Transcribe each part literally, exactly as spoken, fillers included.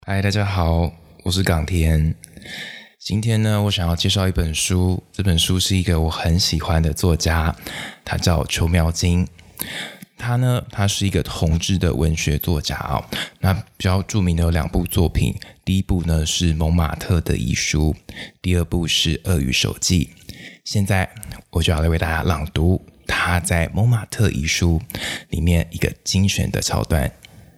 嗨，大家好，我是港田。今天呢，我想要介绍一本书，这本书是一个我很喜欢的作家，他叫邱妙津。他呢，他是一个同志的文学作家哦。那比较著名的有两部作品，第一部呢是《蒙马特的遗书》，第二部是《鳄鱼手记》。现在我就要来为大家朗读他在《蒙马特遗书》里面一个精选的桥段。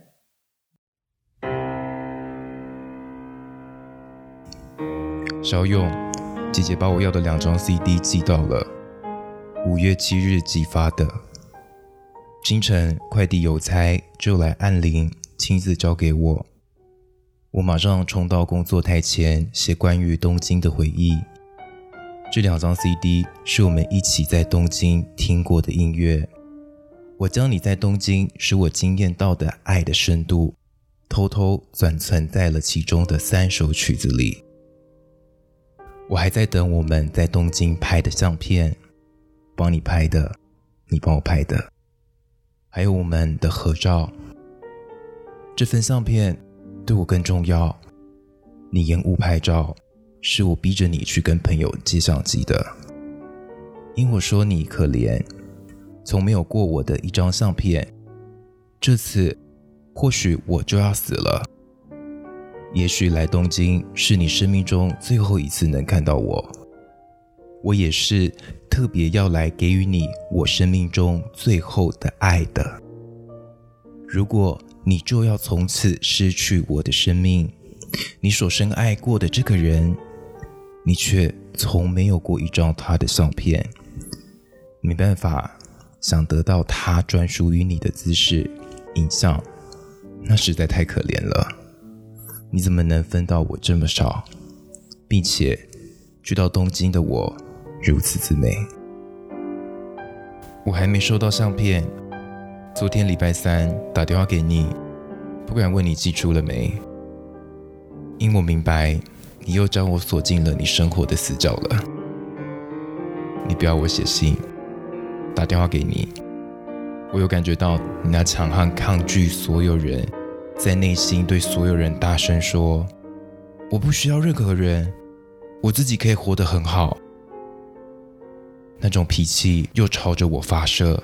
小勇，姐姐把我要的两张 C D 寄到了，五月七日寄发的。清晨快递邮差就来按铃，亲自交给我。我马上冲到工作台前，写关于东京的回忆。这两张 C D 是我们一起在东京听过的音乐。我将你在东京使我惊艳到的爱的深度，偷偷转存在了其中的三首曲子里。我还在等我们在东京拍的相片，帮你拍的，你帮我拍的，还有我们的合照。这份相片对我更重要，你延误拍照，是我逼着你去跟朋友借相机的。因我说你可怜，从没有过我的一张相片，这次或许我就要死了。也许来东京是你生命中最后一次能看到我，我也是特别要来给予你我生命中最后的爱的。如果你就要从此失去我的生命，你所深爱过的这个人，你却从没有过一张他的相片，没办法想得到他专属于你的姿势、影像，那实在太可怜了。你怎么能分到我这么少，并且去到东京的我如此之美？我还没收到相片，昨天礼拜三打电话给你，不敢问你寄出了没，因我明白你又将我锁进了你生活的死角了。你不要我写信，打电话给你，我有感觉到你那强悍抗拒所有人，在内心对所有人大声说，我不需要任何人，我自己可以活得很好。那种脾气又朝着我发射。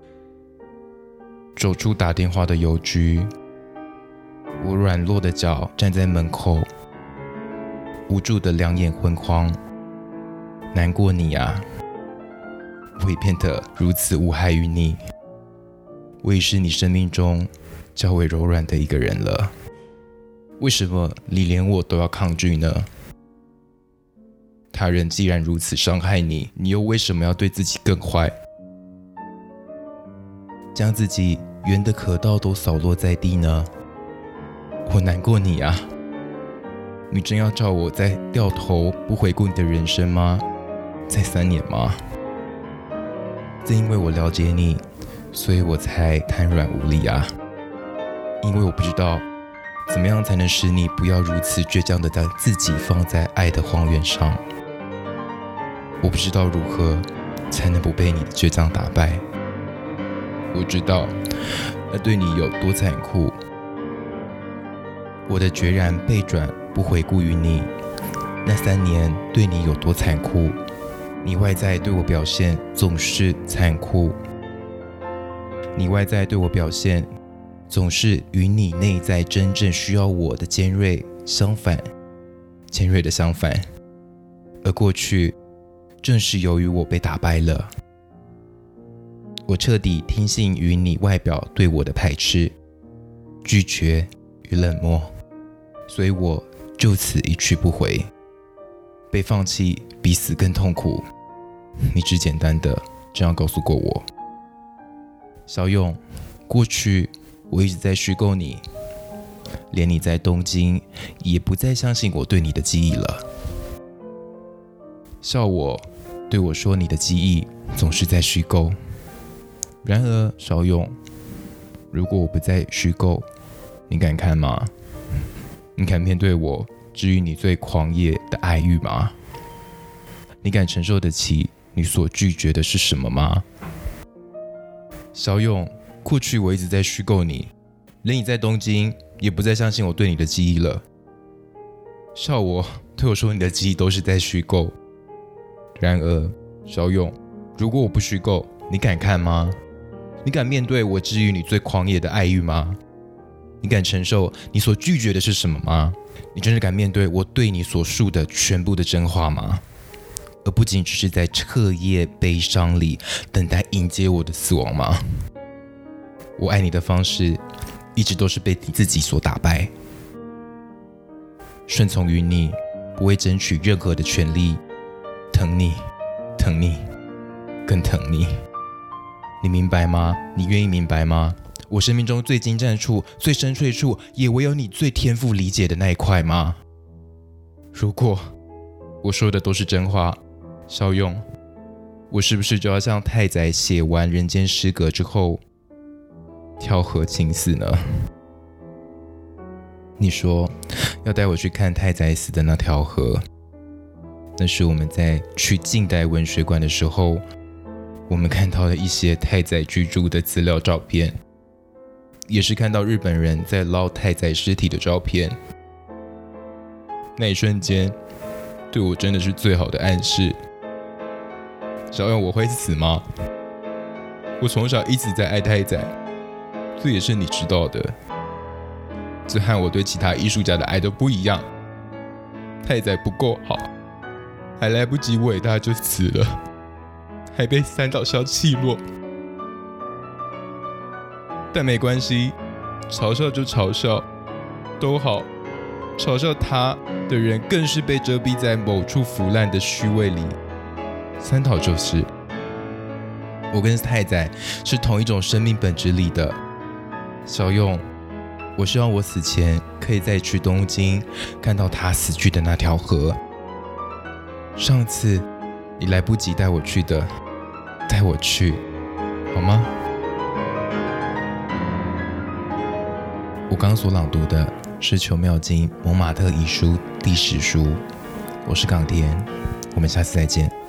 走出打电话的邮局，我软弱的脚站在门口，无助的两眼昏黄。难过你啊，我也变得如此无害于你，我也是你生命中较为柔软的一个人了。为什么你连我都要抗拒呢？他人既然如此伤害你，你又为什么要对自己更坏？将自己圆的可道都扫落在地呢？我难过你啊！你真要叫我再掉头不回顾你的人生吗？再三年吗？正因为我了解你，所以我才瘫软无力啊！因为我不知道怎么样才能使你不要如此倔强地将自己放在爱的荒原上。我不知道如何才能不被你的倔强打败。我知道那对你有多残酷。我的决然背转不回顾于你，那三年对你有多残酷。你外在对我表现总是残酷，你外在对我表现总是与你内在真正需要我的尖锐相反，尖锐的相反。而过去正是由于我被打败了，我彻底听信于你外表对我的排斥、拒绝与冷漠，所以我就此一去不回。被放弃比死更痛苦，你只简单的这样告诉过我。小勇，过去我一直在虚构你，连你在东京也不再相信我对你的记忆了。笑我，对我说你的记忆总是在虚构。然而小勇，如果我不再虚构，你敢看吗？你敢面对我至于你最狂野的爱欲吗？你敢承受得起你所拒绝的是什么吗？小勇，过去我一直在虚构你，连你在东京也不再相信我对你的记忆了。 笑我，对我说你的记忆都是在虚构。然而，小勇，如果我不虚构，你敢看吗？你敢面对我治愈你最狂野的爱欲吗？你敢承受你所拒绝的是什么吗？你真的敢面对我对你所述的全部的真话吗？而不仅只是在彻夜悲伤里等待迎接我的死亡吗？我爱你的方式一直都是被你自己所打败，顺从于你，不会争取任何的权利，疼你，疼你，更疼你。你明白吗？你愿意明白吗？我生命中最精湛处、最深邃处，也唯有你最天赋理解的那一块吗？如果我说的都是真话，小勇，我是不是就要像太宰写完人间失格之后跳河请死呢？你说要带我去看太宰死的那条河，那是我们在去近代文学馆的时候，我们看到了一些太宰居住的资料照片，也是看到日本人在捞太宰尸体的照片。那一瞬间对我真的是最好的暗示。小勇，我会死吗？我从小一直在爱太宰，这也是你知道的，这和我对其他艺术家的爱都不一样。太宰不够好，还来不及伟大就死了，还被三岛笑气落。但没关系，嘲笑就嘲笑，都好。嘲笑他的人更是被遮蔽在某处腐烂的虚伪里。三岛就是，我跟太宰是同一种生命本质里的。小勇，我希望我死前可以再去东京看到他死去的那条河。上次你来不及带我去的，带我去好吗？我刚所朗读的是裘妙金《蒙马特遗书》第十书。我是港田，我们下次再见。